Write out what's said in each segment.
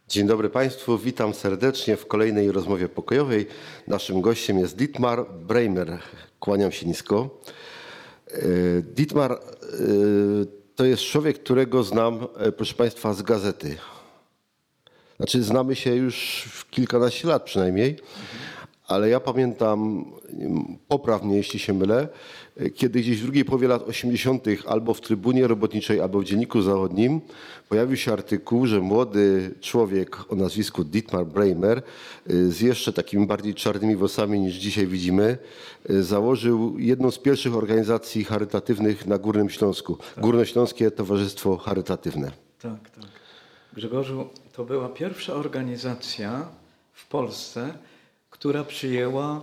Dzień dobry Państwu, witam serdecznie w kolejnej rozmowie pokojowej. Naszym gościem jest Dietmar Breimer. Kłaniam się nisko. Dietmar to jest człowiek, którego znam, proszę Państwa, z gazety. Znaczy znamy się już kilkanaście lat przynajmniej, ale ja pamiętam, popraw mnie jeśli się mylę, kiedy gdzieś w drugiej połowie lat 80. albo w Trybunie Robotniczej, albo w Dzienniku Zachodnim pojawił się artykuł, że młody człowiek o nazwisku Dietmar Breimer z jeszcze takimi bardziej czarnymi włosami niż dzisiaj widzimy, założył jedną z pierwszych organizacji charytatywnych na Górnym Śląsku. Tak. Górnośląskie Towarzystwo Charytatywne. Tak, tak. Grzegorzu, to była pierwsza organizacja w Polsce, która przyjęła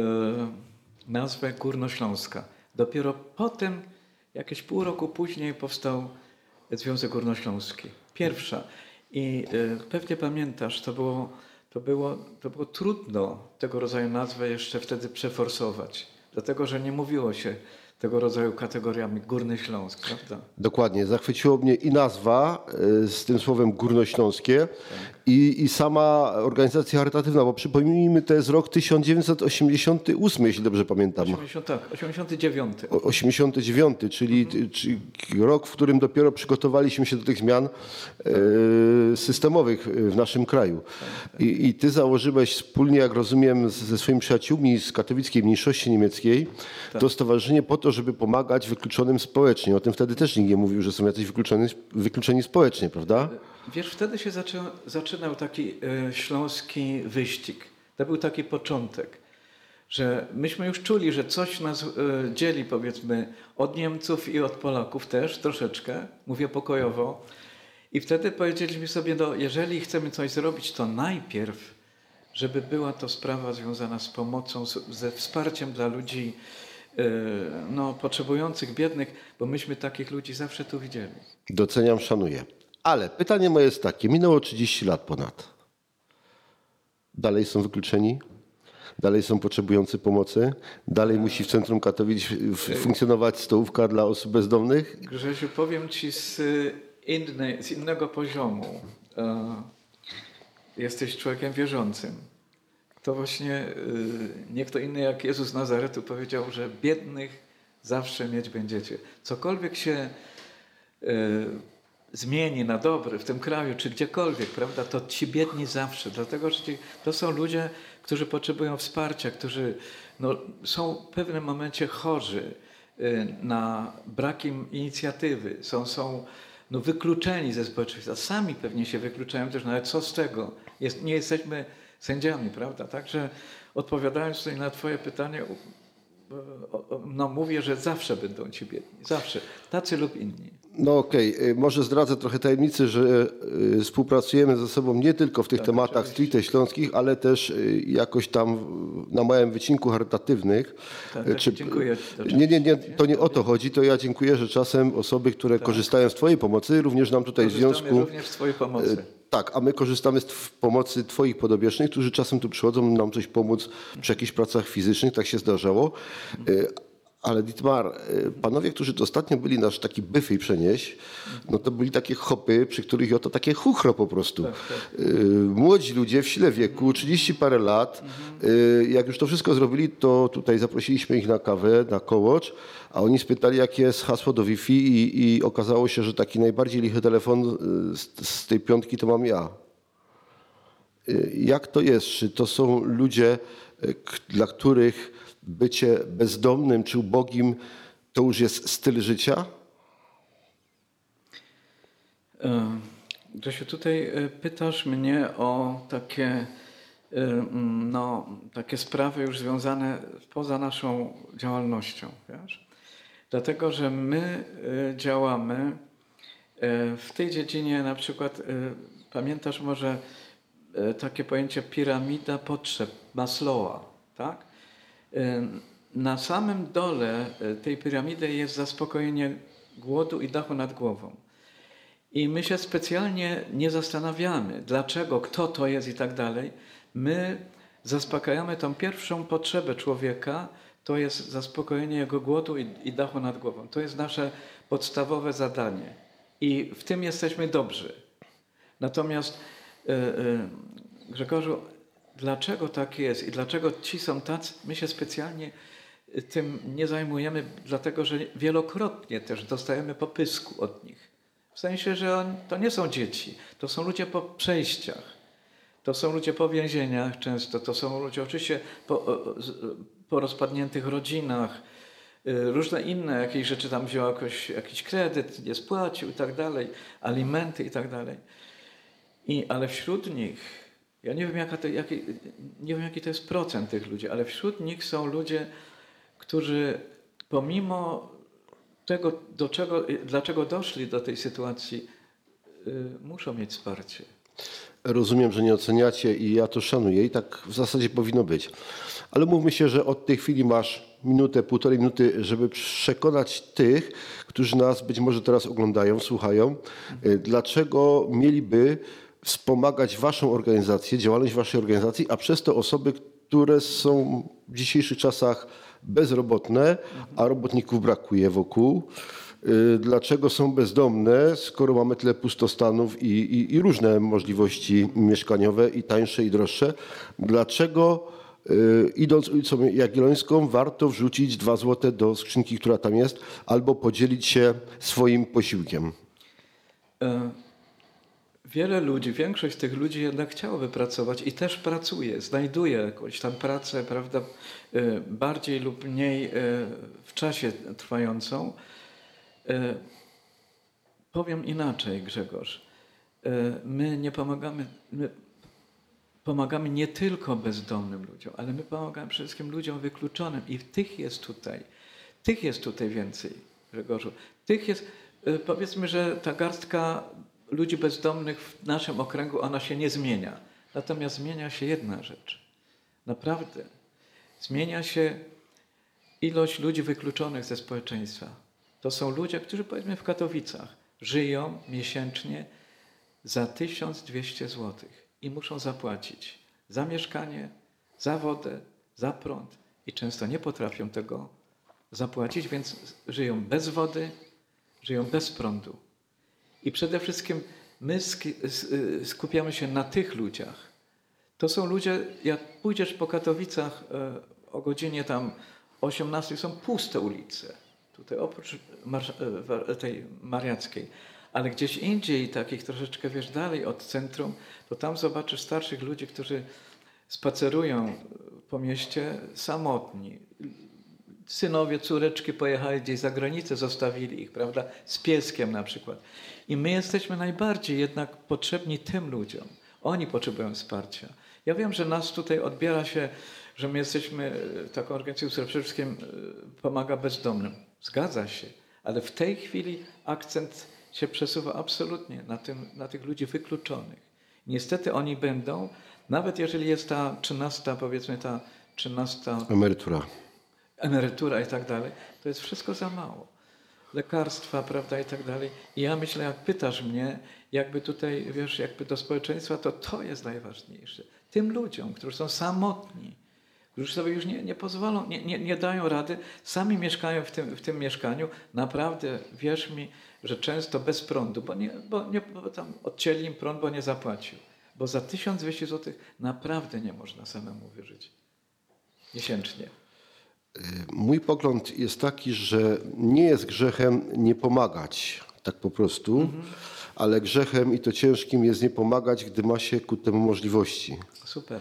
nazwę Górnośląska. Dopiero potem, jakieś pół roku później, powstał Związek Górnośląski. Pierwsza. I pewnie pamiętasz, to było trudno tego rodzaju nazwę jeszcze wtedy przeforsować. Dlatego, że nie mówiło się tego rodzaju kategoriami Górny Śląsk, prawda? Dokładnie. Zachwyciło mnie i nazwa z tym słowem górnośląskie, tak. i sama organizacja charytatywna, bo przypomnijmy, to jest rok 1988, jeśli dobrze pamiętam. 89. 89, czyli rok, w którym dopiero przygotowaliśmy się do tych zmian systemowych w naszym kraju. I ty założyłeś wspólnie, jak rozumiem, ze swoimi przyjaciółmi z katowickiej mniejszości niemieckiej to stowarzyszenie po to, żeby pomagać wykluczonym społecznie. O tym wtedy też nikt nie mówił, że są jacyś wykluczeni społecznie, prawda? Wiesz, wtedy się zaczynał taki śląski wyścig. To był taki początek, że myśmy już czuli, że coś nas dzieli, powiedzmy, od Niemców i od Polaków też troszeczkę, mówię pokojowo. I wtedy powiedzieliśmy sobie, no jeżeli chcemy coś zrobić, to najpierw, żeby była to sprawa związana z pomocą, ze wsparciem dla ludzi potrzebujących, biednych, bo myśmy takich ludzi zawsze tu widzieli. Doceniam, szanuję. Ale pytanie moje jest takie, minęło 30 lat ponad. Dalej są wykluczeni? Dalej są potrzebujący pomocy? Dalej musi w centrum Katowic funkcjonować stołówka dla osób bezdomnych? Grzesiu, powiem Ci z innego poziomu. Jesteś człowiekiem wierzącym. To właśnie nie kto inny jak Jezus z Nazaretu powiedział, że biednych zawsze mieć będziecie. Cokolwiek się zmieni na dobre w tym kraju, czy gdziekolwiek, prawda, to ci biedni zawsze. Dlatego, że to są ludzie, którzy potrzebują wsparcia, którzy są w pewnym momencie chorzy na brak inicjatywy, są wykluczeni ze społeczeństwa. Sami pewnie się wykluczają też, ale co z tego? Nie jesteśmy sędziami, prawda? Także odpowiadając tutaj na twoje pytanie, mówię, że zawsze będą ci biedni. Zawsze. Tacy lub inni. No okej. Może zdradzę trochę tajemnicy, że współpracujemy ze sobą nie tylko w tych tematach stricte śląskich, ale też jakoś tam na małym wycinku charytatywnych. Dziękuję. Nie, to nie o to chodzi. To ja dziękuję, że czasem osoby, które korzystają z twojej pomocy, również nam tutaj w związku... również z twojej pomocy. Tak, a my korzystamy z pomocy twoich podobiecznych, którzy czasem tu przychodzą nam coś pomóc przy jakichś pracach fizycznych, tak się zdarzało. Ale Dietmar, panowie, którzy to ostatnio byli nasz taki byfy i przenieś, to byli takie hopy, przy których oto takie chuchro po prostu. Tak. Młodzi ludzie w sile wieku, 30 parę lat. Jak już to wszystko zrobili, to tutaj zaprosiliśmy ich na kawę, na kołocz, a oni spytali, jakie jest hasło do Wi-Fi i okazało się, że taki najbardziej lichy telefon z tej piątki to mam ja. Jak to jest? Czy to są ludzie, dla których bycie bezdomnym czy ubogim to już jest styl życia? Grzesiu, tutaj pytasz mnie o takie sprawy już związane poza naszą działalnością, wiesz? Dlatego, że my działamy w tej dziedzinie, na przykład pamiętasz może takie pojęcie piramida potrzeb Maslowa, tak? Na samym dole tej piramidy jest zaspokojenie głodu i dachu nad głową. I my się specjalnie nie zastanawiamy, dlaczego, kto to jest i tak dalej. My zaspokajamy tą pierwszą potrzebę człowieka, to jest zaspokojenie jego głodu i dachu nad głową. To jest nasze podstawowe zadanie. I w tym jesteśmy dobrzy. Natomiast Grzegorzu, dlaczego tak jest i dlaczego ci są tacy? My się specjalnie tym nie zajmujemy, dlatego że wielokrotnie też dostajemy popysku od nich. W sensie, że to nie są dzieci, to są ludzie po przejściach, to są ludzie po więzieniach często, to są ludzie oczywiście po rozpadniętych rodzinach, różne inne jakieś rzeczy, tam wziął jakiś kredyt, nie spłacił i tak dalej, alimenty i tak dalej. Ale wśród nich, ja nie wiem, nie wiem jaki to jest procent tych ludzi, ale wśród nich są ludzie, którzy pomimo tego, dlaczego doszli do tej sytuacji, muszą mieć wsparcie. Rozumiem, że nie oceniacie i ja to szanuję i tak w zasadzie powinno być. Ale mówmy się, że od tej chwili masz minutę, półtorej minuty, żeby przekonać tych, którzy nas być może teraz oglądają, słuchają, dlaczego mieliby wspomagać waszą organizację, działalność waszej organizacji, a przez to osoby, które są w dzisiejszych czasach bezrobotne, a robotników brakuje wokół. Dlaczego są bezdomne, skoro mamy tyle pustostanów i różne możliwości mieszkaniowe, i tańsze, i droższe? Dlaczego idąc ulicą Jagiellońską warto wrzucić 2 złote do skrzynki, która tam jest, albo podzielić się swoim posiłkiem? Wiele ludzi, większość z tych ludzi jednak chciałoby pracować i też pracuje, znajduje jakąś tam pracę, prawda, bardziej lub mniej w czasie trwającą. Powiem inaczej, Grzegorz. My nie pomagamy, my pomagamy nie tylko bezdomnym ludziom, ale my pomagamy przede wszystkim ludziom wykluczonym i tych jest tutaj więcej, Grzegorzu. Tych jest, powiedzmy, że ta garstka ludzi bezdomnych w naszym okręgu, ona się nie zmienia. Natomiast zmienia się jedna rzecz. Naprawdę. Zmienia się ilość ludzi wykluczonych ze społeczeństwa. To są ludzie, którzy powiedzmy w Katowicach żyją miesięcznie za 1200 zł i muszą zapłacić za mieszkanie, za wodę, za prąd i często nie potrafią tego zapłacić, więc żyją bez wody, żyją bez prądu. I przede wszystkim my skupiamy się na tych ludziach. To są ludzie, jak pójdziesz po Katowicach o godzinie tam 18, są puste ulice. Tutaj oprócz tej Mariackiej. Ale gdzieś indziej, takich troszeczkę wiesz dalej od centrum, to tam zobaczysz starszych ludzi, którzy spacerują po mieście samotni. Synowie, córeczki pojechali gdzieś za granicę, zostawili ich, prawda, z pieskiem na przykład. I my jesteśmy najbardziej jednak potrzebni tym ludziom. Oni potrzebują wsparcia. Ja wiem, że nas tutaj odbiera się, że my jesteśmy taką organizacją, która przede wszystkim pomaga bezdomnym. Zgadza się, ale w tej chwili akcent się przesuwa absolutnie na tych ludzi wykluczonych. Niestety oni będą, nawet jeżeli jest ta 13, powiedzmy ta 13 emerytura i tak dalej, to jest wszystko za mało. Lekarstwa, prawda, i tak dalej. I ja myślę, jak pytasz mnie, jakby tutaj, wiesz, jakby do społeczeństwa, to jest najważniejsze. Tym ludziom, którzy są samotni, którzy sobie już nie pozwolą, nie dają rady, sami mieszkają w tym mieszkaniu, naprawdę, wierz mi, że często bez prądu, bo tam odcięli im prąd, bo nie zapłacił. Bo za 1200 zł naprawdę nie można samemu wyżyć miesięcznie. Mój pogląd jest taki, że nie jest grzechem nie pomagać, tak po prostu, ale grzechem i to ciężkim jest nie pomagać, gdy ma się ku temu możliwości. Super.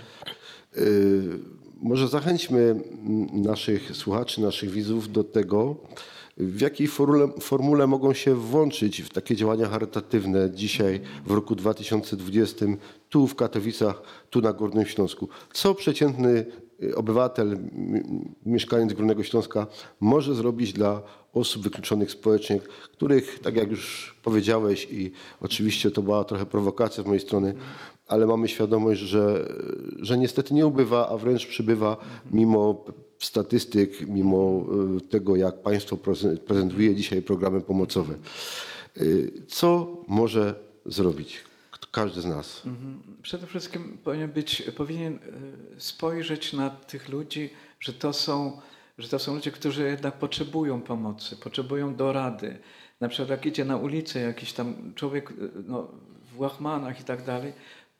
Może zachęćmy naszych słuchaczy, naszych widzów do tego, w jakiej formule mogą się włączyć w takie działania charytatywne dzisiaj w roku 2020 tu w Katowicach, tu na Górnym Śląsku. Co przeciętny obywatel, mieszkaniec Górnego Śląska może zrobić dla osób wykluczonych społecznie, których, tak jak już powiedziałeś i oczywiście to była trochę prowokacja z mojej strony, ale mamy świadomość, że niestety nie ubywa, a wręcz przybywa mimo statystyk, mimo tego, jak państwo prezentuje dzisiaj programy pomocowe. Co może zrobić każdy z nas? Przede wszystkim powinien spojrzeć na tych ludzi, że to są ludzie, którzy jednak potrzebują pomocy, potrzebują dorady. Na przykład jak idzie na ulicę jakiś tam człowiek w łachmanach i tak dalej,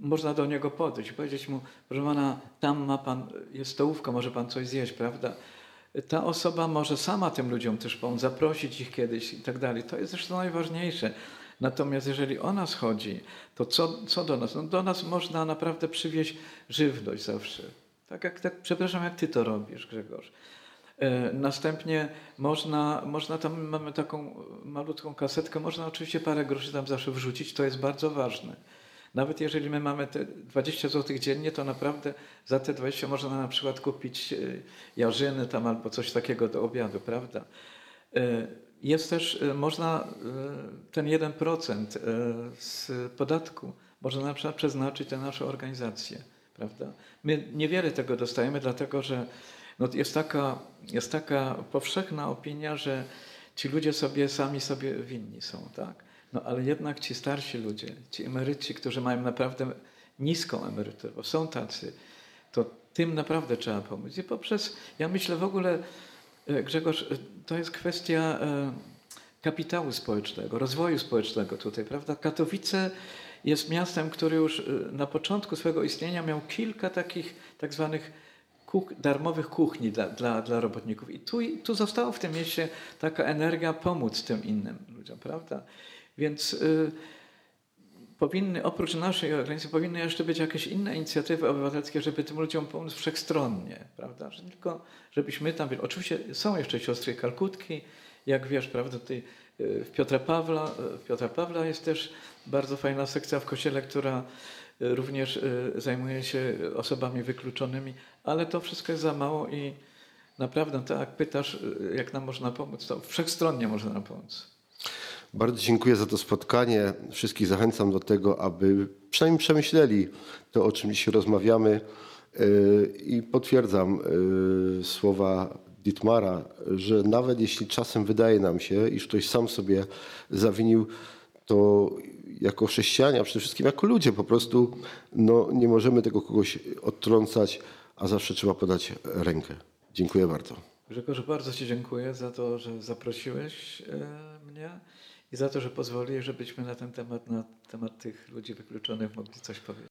można do niego podejść i powiedzieć mu, proszę pana, tam ma pan, jest stołówka, może pan coś zjeść, prawda? Ta osoba może sama tym ludziom też pomóc, zaprosić ich kiedyś i tak dalej. To jest zresztą najważniejsze. Natomiast jeżeli o nas chodzi, to co do nas? No do nas można naprawdę przywieźć żywność zawsze. Przepraszam, jak ty to robisz, Grzegorz. Następnie można tam, mamy taką malutką kasetkę, można oczywiście parę groszy tam zawsze wrzucić, to jest bardzo ważne. Nawet jeżeli my mamy te 20 zł dziennie, to naprawdę za te 20 można na przykład kupić jarzyny tam albo coś takiego do obiadu, prawda? Jest też, można ten 1% z podatku można na przykład przeznaczyć na naszą organizację, prawda? My niewiele tego dostajemy, dlatego że no jest taka powszechna opinia, że ci ludzie sami sobie winni są, tak? No ale jednak ci starsi ludzie, ci emeryci, którzy mają naprawdę niską emeryturę, bo są tacy, to tym naprawdę trzeba pomóc. I ja myślę w ogóle, Grzegorz, to jest kwestia kapitału społecznego, rozwoju społecznego tutaj, prawda? Katowice jest miastem, który już na początku swojego istnienia miał kilka takich tak zwanych darmowych kuchni dla robotników. I tu została w tym mieście taka energia pomóc tym innym ludziom, prawda? Więc oprócz naszej organizacji powinny jeszcze być jakieś inne inicjatywy obywatelskie, żeby tym ludziom pomóc wszechstronnie, prawda? Że tylko żebyśmy tam byli. Oczywiście są jeszcze siostry Kalkutki, jak wiesz, prawda, tutaj w Piotra Pawła jest też bardzo fajna sekcja w kościele, która również zajmuje się osobami wykluczonymi, ale to wszystko jest za mało i naprawdę, tak jak pytasz, jak nam można pomóc, to wszechstronnie można nam pomóc. Bardzo dziękuję za to spotkanie. Wszystkich zachęcam do tego, aby przynajmniej przemyśleli to, o czym dzisiaj rozmawiamy. I potwierdzam słowa Dietmara, że nawet jeśli czasem wydaje nam się, iż ktoś sam sobie zawinił, to jako chrześcijanie, a przede wszystkim jako ludzie po prostu nie możemy tego kogoś odtrącać, a zawsze trzeba podać rękę. Dziękuję bardzo. Grzegorz, bardzo ci dziękuję za to, że zaprosiłeś mnie i za to, że pozwoliłeś, żebyśmy na ten temat, na temat tych ludzi wykluczonych mogli coś powiedzieć.